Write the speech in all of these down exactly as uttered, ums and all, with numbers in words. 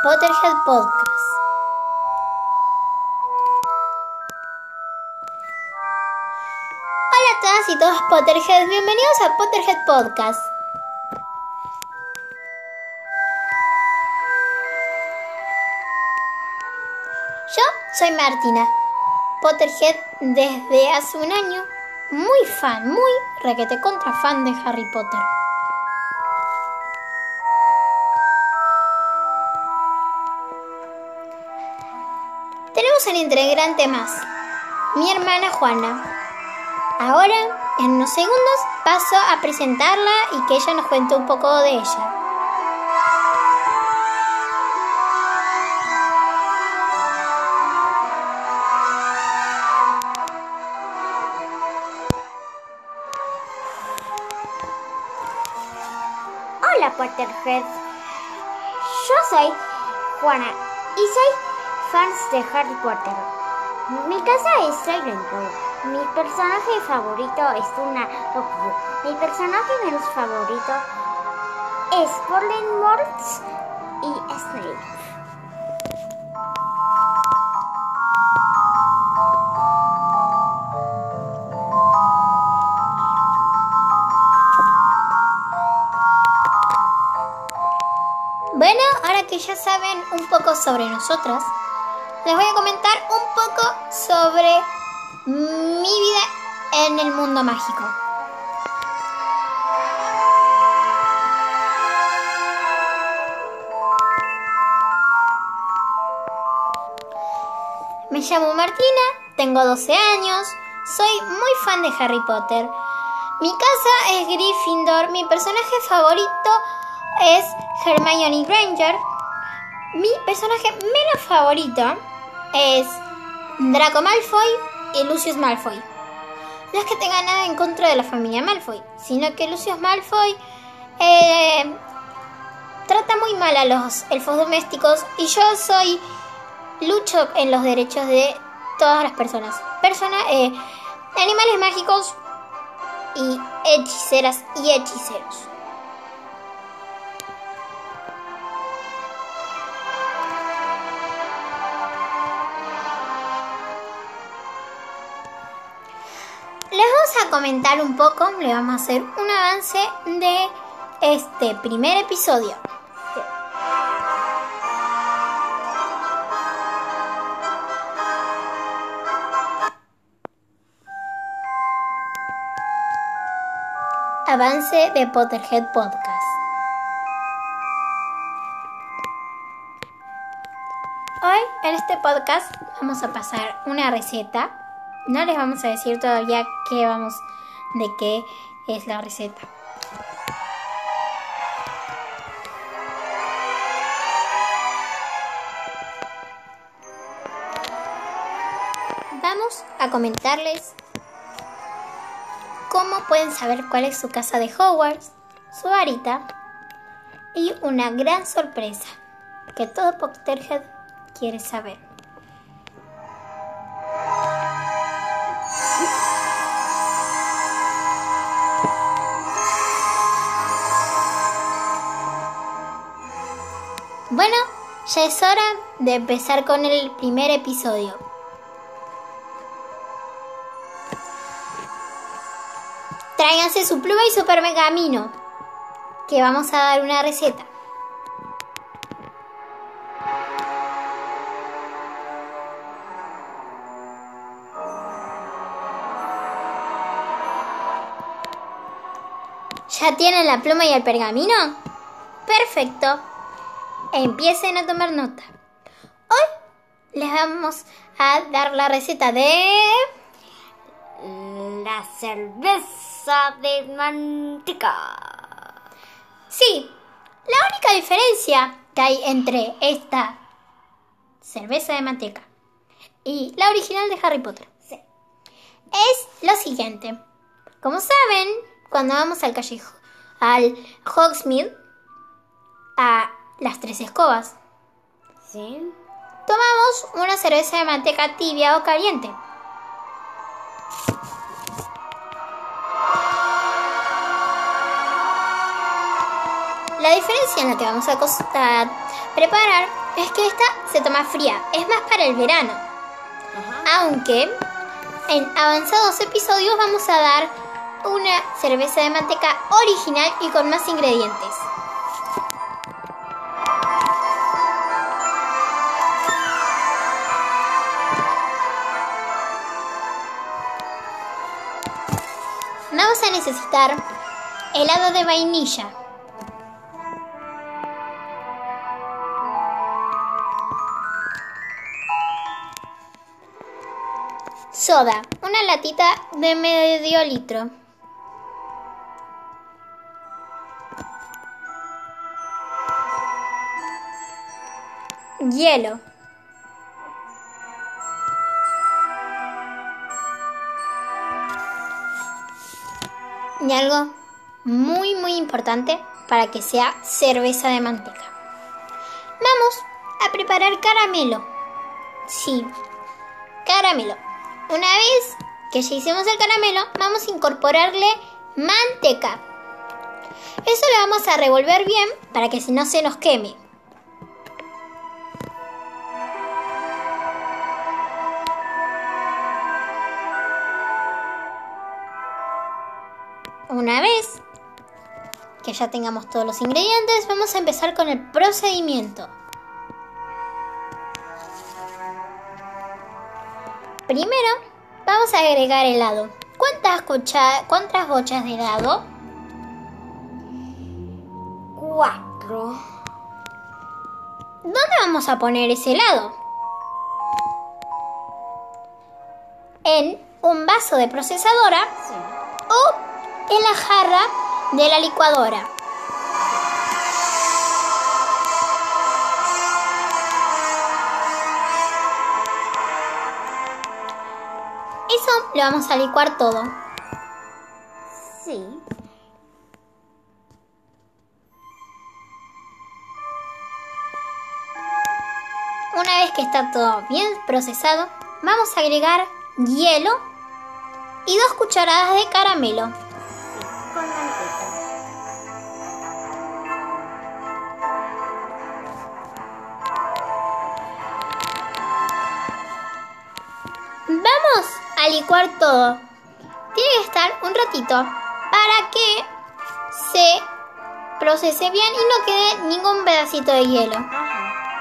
Potterhead Podcast. Hola a todas y todos Potterheads, bienvenidos a Potterhead Podcast. Yo soy Martina, Potterhead desde hace un año, muy fan, muy requete contra fan de Harry Potter. Tenemos un integrante más, mi hermana Juana. Ahora, en unos segundos, paso a presentarla y que ella nos cuente un poco de ella. Hola Potterhead, yo soy Juana y soy fans de Harry Potter. Mi casa es Ravenclaw. Mi personaje favorito es una Lockwood. Mi personaje menos favorito es Voldemort y Snape. Bueno, ahora que ya saben un poco sobre nosotras, les voy a comentar un poco sobre mi vida en el mundo mágico. Me llamo Martina, tengo doce años, soy muy fan de Harry Potter. Mi casa es Gryffindor, mi personaje favorito es Hermione Granger. Mi personaje menos favorito es Draco Malfoy y Lucius Malfoy. No es que tenga nada en contra de la familia Malfoy, sino que Lucius Malfoy eh, trata muy mal a los elfos domésticos y yo soy lucho en los derechos de todas las personas, Persona, eh, animales mágicos y hechiceras y hechiceros. Les vamos a comentar un poco, le vamos a hacer un avance de este primer episodio. Avance de Potterhead Podcast. Hoy en este podcast vamos a pasar una receta. No les vamos a decir todavía qué vamos, de qué es la receta. Vamos a comentarles cómo pueden saber cuál es su casa de Hogwarts, su varita y una gran sorpresa que todo Potterhead quiere saber. Bueno, ya es hora de empezar con el primer episodio. Tráiganse su pluma y su pergamino, que vamos a dar una receta. ¿Ya tienen la pluma y el pergamino? Perfecto. Empiecen a tomar nota. Hoy les vamos a dar la receta de La cerveza de manteca. Sí, la única diferencia que hay entre esta cerveza de manteca y la original de Harry Potter Sí. es lo siguiente. Como saben, cuando vamos al callejo, al Hogsmeade, a las tres escobas, Sí. tomamos una cerveza de manteca tibia o caliente. La diferencia en la que vamos a, a preparar es que esta se toma fría, es más para el verano. Ajá. Aunque en avanzados episodios vamos a dar una cerveza de manteca original y con más ingredientes. Vamos a necesitar helado de vainilla, soda, una latita de medio litro, hielo, y algo muy muy importante para que sea cerveza de manteca. Vamos a preparar caramelo. Sí, caramelo. Una vez que ya hicimos el caramelo, vamos a incorporarle manteca. Eso lo vamos a revolver bien para que no se nos queme. Una vez que ya tengamos todos los ingredientes, vamos a empezar con el procedimiento. Primero, vamos a agregar helado. ¿Cuántas, cucha- ¿Cuántas bochas de helado? Cuatro. ¿Dónde vamos a poner ese helado? ¿En un vaso de procesadora Sí. o en la jarra de la licuadora? Eso lo vamos a licuar todo. Sí. Una vez que está todo bien procesado, vamos a agregar hielo y dos cucharadas de caramelo. Con manteca. Vamos a licuar todo. Tiene que estar un ratito para que se procese bien y no quede ningún pedacito de hielo. Ajá.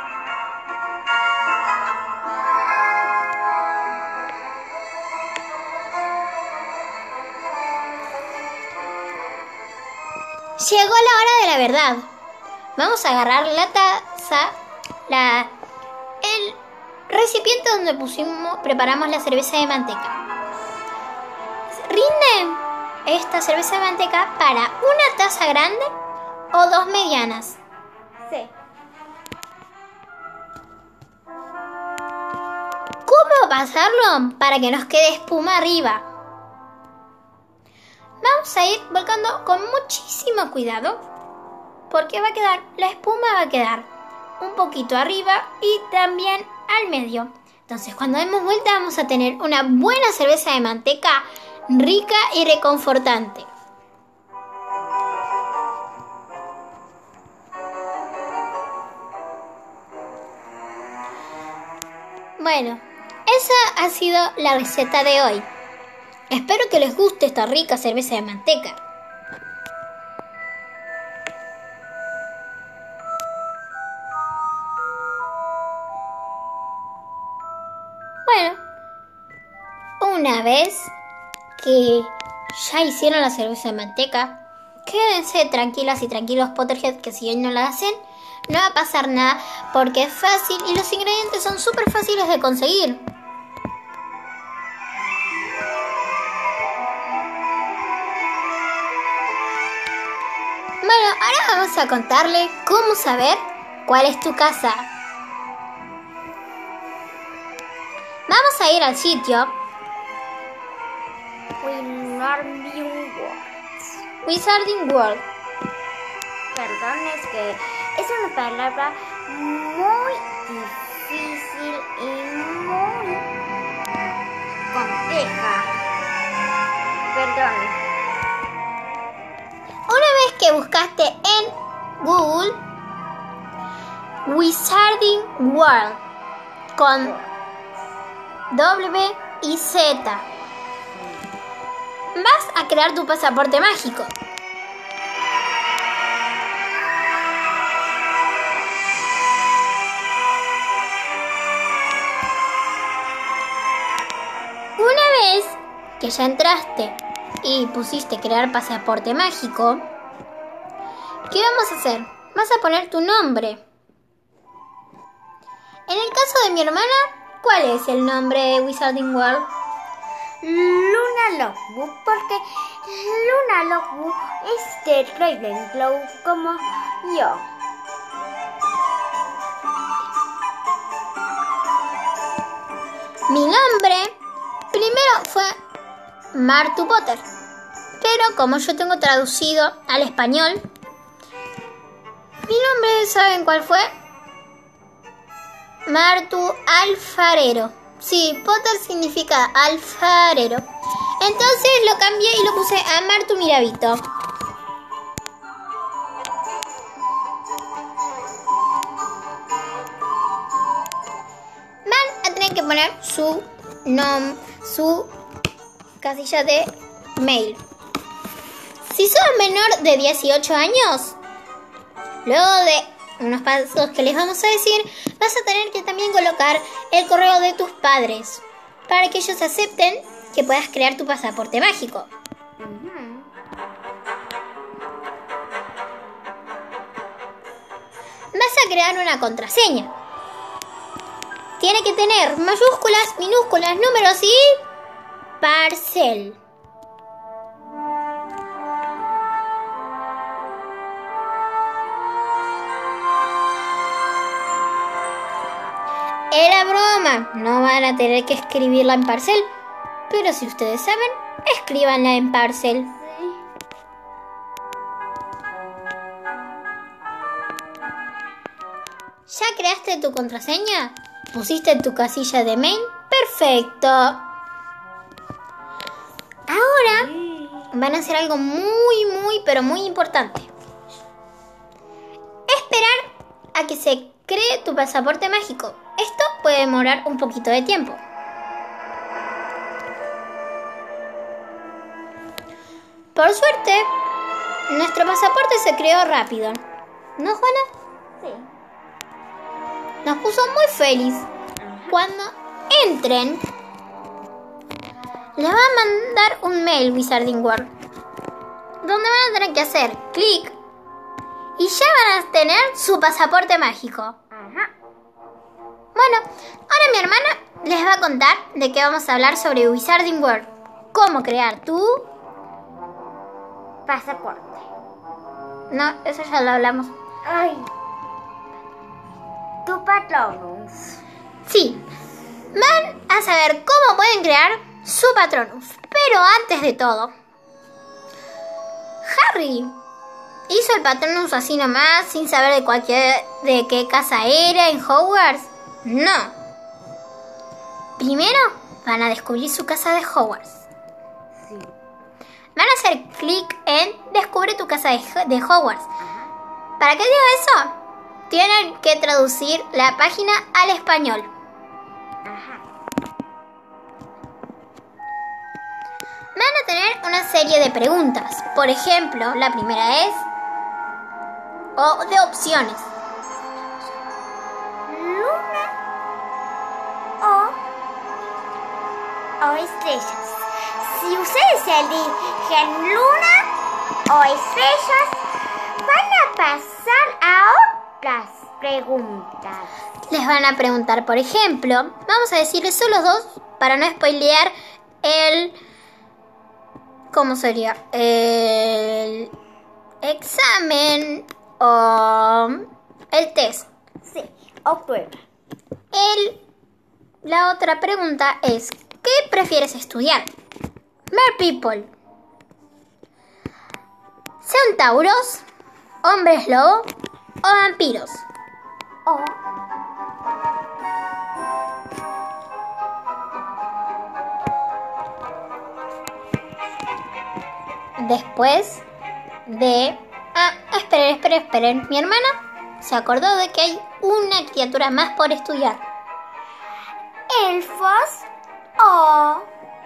Llegó la hora de la verdad. Vamos a agarrar la taza, la, el recipiente donde pusimos, preparamos la cerveza de manteca. Rinde esta cerveza de manteca para una taza grande o dos medianas. Sí. ¿Cómo pasarlo para que nos quede espuma arriba? Vamos a ir volcando con muchísimo cuidado porque va a quedar, la espuma va a quedar un poquito arriba y también al medio. Entonces cuando demos vuelta vamos a tener una buena cerveza de manteca rica y reconfortante. Bueno, esa ha sido la receta de hoy. Espero que les guste esta rica cerveza de manteca. Bueno, una vez que ya hicieron la cerveza de manteca, quédense tranquilas y tranquilos Potterhead, que si hoy no la hacen, no va a pasar nada porque es fácil y los ingredientes son súper fáciles de conseguir. Bueno, ahora vamos a contarle cómo saber cuál es tu casa. Vamos a ir al sitio Wizarding World. Wizarding World. Perdón, es que es una palabra muy difícil y muy compleja. Perdón. Una vez que buscaste en Google, Wizarding World con W y Z. Vas a crear tu pasaporte mágico. Una vez que ya entraste y pusiste crear pasaporte mágico, ¿qué vamos a hacer? Vas a poner tu nombre. En el caso de mi hermana, ¿cuál es el nombre de Wizarding World? Luna Lovegood, porque Luna Lovegood es de Ravenclaw como yo. Mi nombre primero fue Martu Potter, pero como yo tengo traducido al español, mi nombre, ¿saben cuál fue? Martu Alfarero. Sí, Potter significa alfarero. Entonces lo cambié y lo puse a Martu Mirabito. Van a tener que poner su nombre, su casilla de mail. Si sos menor de dieciocho años, luego de unos pasos que les vamos a decir, vas a tener que también colocar el correo de tus padres para que ellos acepten que puedas crear tu pasaporte mágico. Uh-huh. Vas a crear una contraseña. Tiene que tener mayúsculas, minúsculas, números y parcel. Era broma, no van a tener que escribirla en parcel, pero si ustedes saben, escríbanla en parcel. Sí. ¿Ya creaste tu contraseña? ¿Pusiste en tu casilla de mail? ¡Perfecto! Ahora van a hacer algo muy, muy, pero muy importante. Esperar a que se cree tu pasaporte mágico. Esto puede demorar un poquito de tiempo. Por suerte, nuestro pasaporte se creó rápido. ¿No, Juana? Sí. Nos puso muy feliz. Cuando entren, les va a mandar un mail Wizarding World, donde van a tener que hacer clic y ya van a tener su pasaporte mágico. Ajá. Bueno, ahora mi hermana les va a contar de qué vamos a hablar sobre Wizarding World. Cómo crear tu... Pasaporte. No, eso ya lo hablamos. Ay. Tu Patronus. Sí, van a saber cómo pueden crear su Patronus. Pero antes de todo, Harry hizo el Patronus así nomás, sin saber de cualquier de qué casa era en Hogwarts. No. Primero van a descubrir su casa de Hogwarts. Sí. Van a hacer clic en Descubre tu casa de, de Hogwarts. Ajá. ¿Para qué digo eso? Tienen que traducir la página al español. Ajá. Van a tener una serie de preguntas. Por ejemplo, la primera es... o de opciones. Luna o, o estrellas. Si ustedes eligen luna o estrellas, van a pasar a otras preguntas. Les van a preguntar, por ejemplo, vamos a decirles solo dos para no spoilear el... ¿Cómo sería? El examen o el test. Sí, o prueba. El, la otra pregunta es, ¿qué prefieres estudiar? Mer People. ¿Centauros? ¿Hombres lobo? ¿O vampiros? O Después de... Ah, esperen, esperen, esperen. Mi hermana se acordó de que hay una criatura más por estudiar. ¿Elfos o,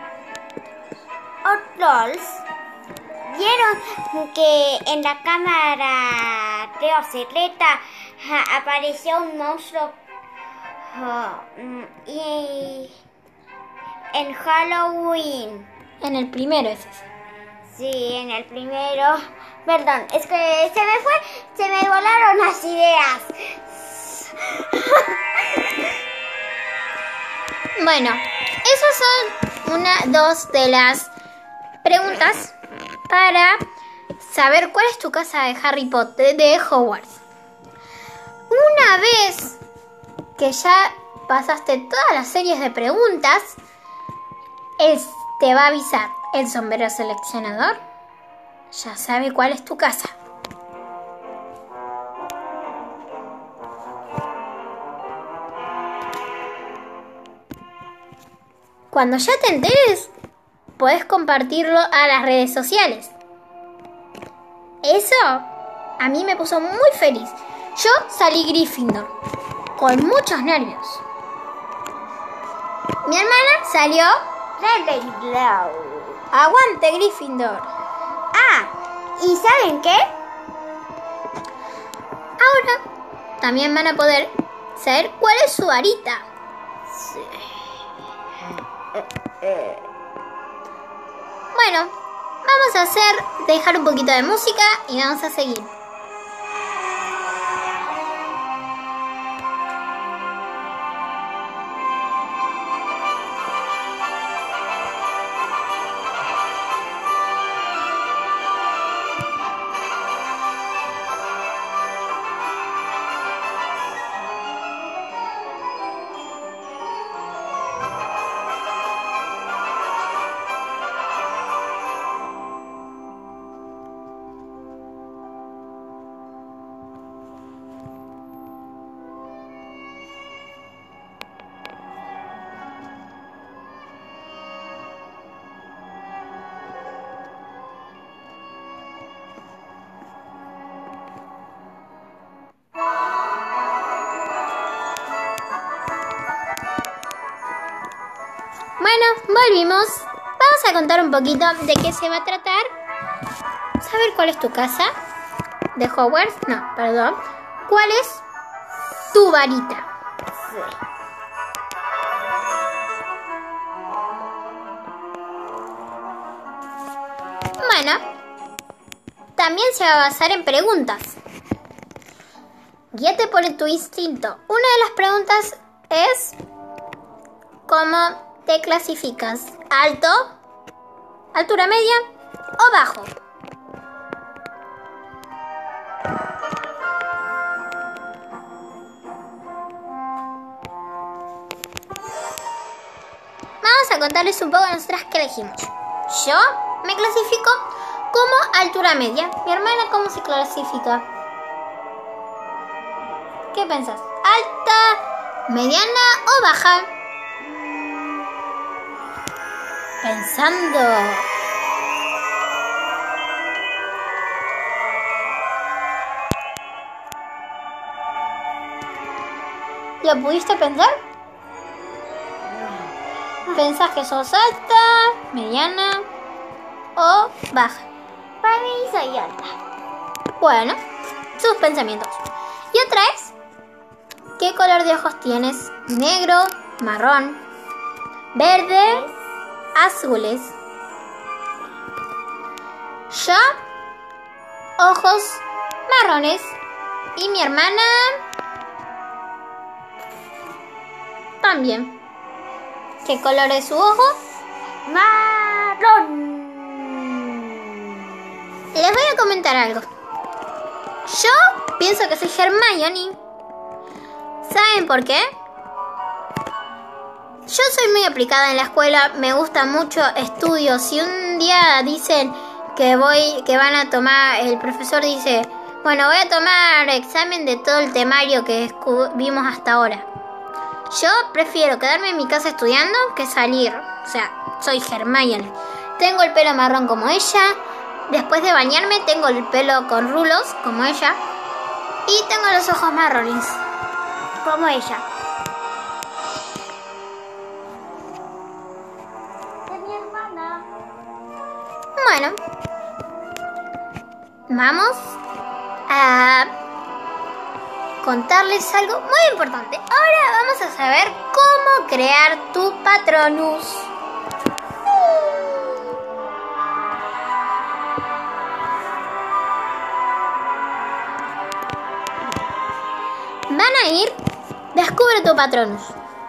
o trolls? ¿Vieron que en la cámara, creo, secreta ja, apareció un monstruo? Uh, y en Halloween. En el primero es ese. Sí, en el primero. Perdón, es que se me fue, se me volaron las ideas. Bueno, esas son una, dos de las preguntas para saber cuál es tu casa de Harry Potter, de Hogwarts. Una vez que ya pasaste todas las series de preguntas, él te va a avisar. El sombrero seleccionador ya sabe cuál es tu casa. Cuando ya te enteres, podés compartirlo a las redes sociales. Eso a mí me puso muy feliz. Yo salí Gryffindor, con muchos nervios. Mi hermana salió Ravenclaw. Aguante Gryffindor. Ah, ¿y saben qué? Ahora también van a poder saber cuál es su varita. Sí. Bueno, vamos a hacer, dejar un poquito de música y vamos a seguir. Bueno, volvimos. Vamos a contar un poquito de qué se va a tratar. ¿Saber cuál es tu casa de Hogwarts? No, perdón. ¿Cuál es tu varita? Sí. Bueno, también se va a basar en preguntas. Guíate por tu instinto. Una de las preguntas es: ¿cómo te clasificas? ¿Alto, altura media o bajo? Vamos a contarles un poco de nosotras que elegimos. Yo me clasifico como altura media. Mi hermana, ¿cómo se clasifica? ¿Qué pensás? ¿Alta, mediana o baja? Pensando. ¿Lo pudiste pensar? ¿Pensás que sos alta, mediana o baja? Para mí soy alta. Bueno, sus pensamientos. Y otra es: ¿qué color de ojos tienes? ¿Negro, marrón, verde, azules? Yo, ojos marrones. Y mi hermana también. ¿Qué color es su ojo? Marrón. Les voy a comentar algo. Yo pienso que soy Hermione. ¿Saben por qué? Yo soy muy aplicada en la escuela, me gusta mucho, estudio. Si un día dicen que voy, que van a tomar, el profesor dice: bueno, voy a tomar examen de todo el temario que vimos hasta ahora. Yo prefiero quedarme en mi casa estudiando que salir. O sea, soy Hermione. Tengo el pelo marrón como ella. Después de bañarme tengo el pelo con rulos como ella. Y tengo los ojos marrones. Como ella. De mi hermana. Bueno. Vamos a contarles algo muy importante. Ahora vamos a saber cómo crear tu Patronus. Van a ir, descubre tu Patronus.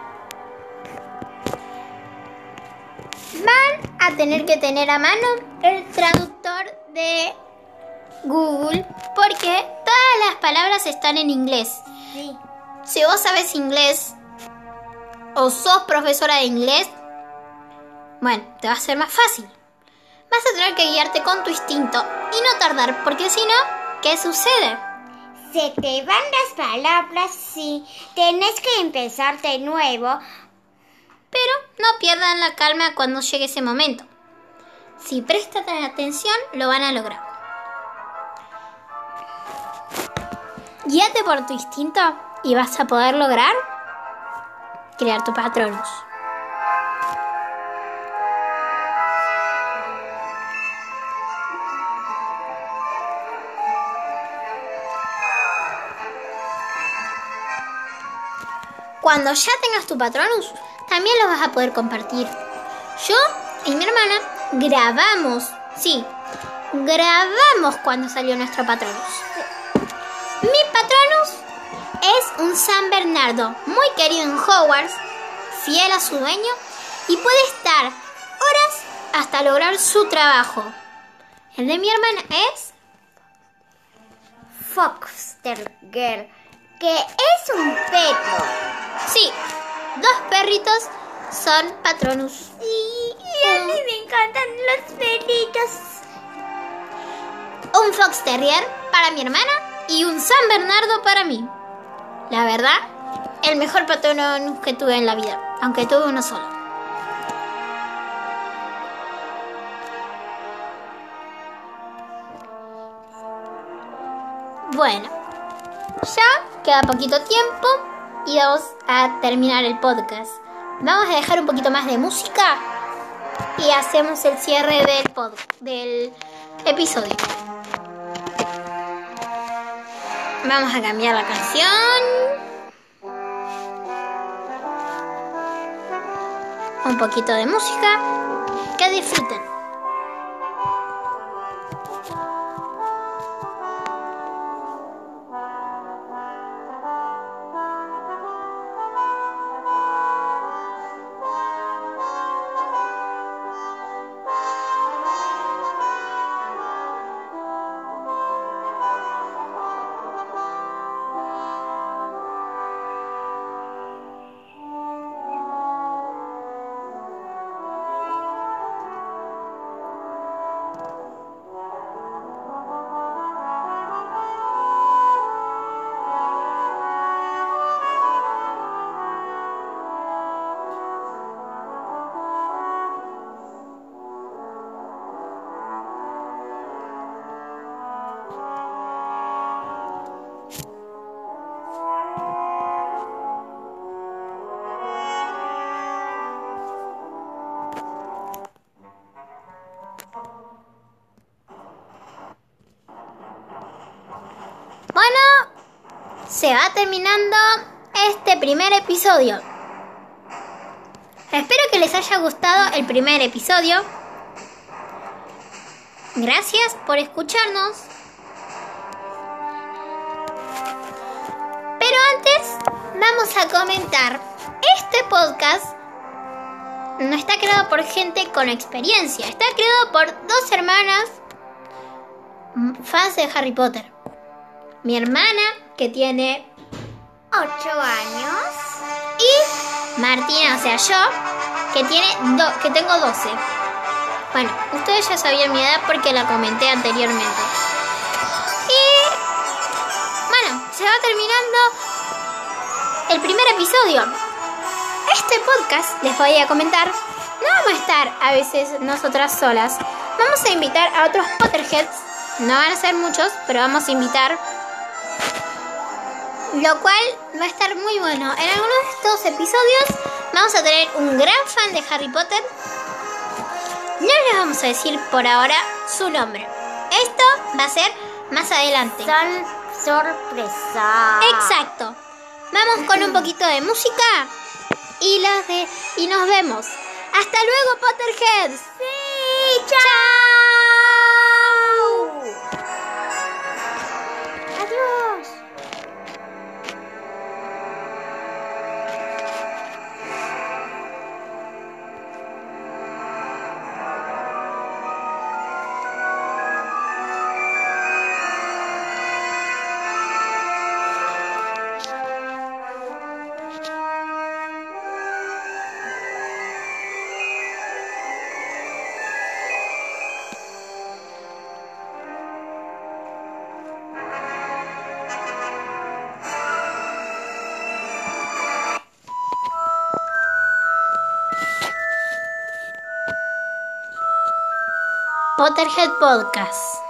Van a tener que tener a mano el traductor de Google, porque todas las palabras están en inglés. Sí. Si vos sabes inglés o sos profesora de inglés, bueno, te va a ser más fácil. Vas a tener que guiarte con tu instinto y no tardar, porque si no, ¿qué sucede? Se te van las palabras, sí. Tenés que empezar de nuevo. Pero no pierdan la calma cuando llegue ese momento. Si prestan atención, lo van a lograr. Guíate por tu instinto y vas a poder lograr crear tu Patronus. Cuando ya tengas tu Patronus, también lo vas a poder compartir. Yo y mi hermana grabamos, sí, grabamos cuando salió nuestro Patronus. Mi Patronus es un San Bernardo, muy querido en Hogwarts, fiel a su dueño y puede estar horas hasta lograr su trabajo. El de mi hermana es Foxter Girl, que es un perro. Sí, dos perritos son Patronus. Sí, y a mí me encantan los perritos. Un Fox Terrier para mi hermana y un San Bernardo para mí. La verdad, el mejor Patronus que tuve en la vida, aunque tuve uno solo. Bueno, ya queda poquito tiempo y vamos a terminar el podcast. Vamos a dejar un poquito más de música y hacemos el cierre del pod, del episodio. Vamos a cambiar la canción. Un poquito de música. Que disfruten. Bueno, se va terminando este primer episodio. Espero que les haya gustado el primer episodio. Gracias por escucharnos. Pero antes vamos a comentar. Este podcast no está creado por gente con experiencia. Está creado por dos hermanas fans de Harry Potter. Mi hermana, que tiene ocho años. Y Martina, o sea yo, que, tiene do- que tengo doce. Bueno, ustedes ya sabían mi edad porque la comenté anteriormente. Y bueno, se va terminando el primer episodio. Este podcast, les voy a comentar, no vamos a estar a veces nosotras solas. Vamos a invitar a otros Potterheads. No van a ser muchos, pero vamos a invitar. lo cual va a estar muy bueno. En algunos de estos episodios vamos a tener un gran fan de Harry Potter. No les vamos a decir por ahora su nombre. Esto va a ser más adelante. Son sorpresa. Exacto. Vamos con un poquito de música y las de y nos vemos. Hasta luego, Potterheads. Sí, chao. Adiós. Potterhead Podcast.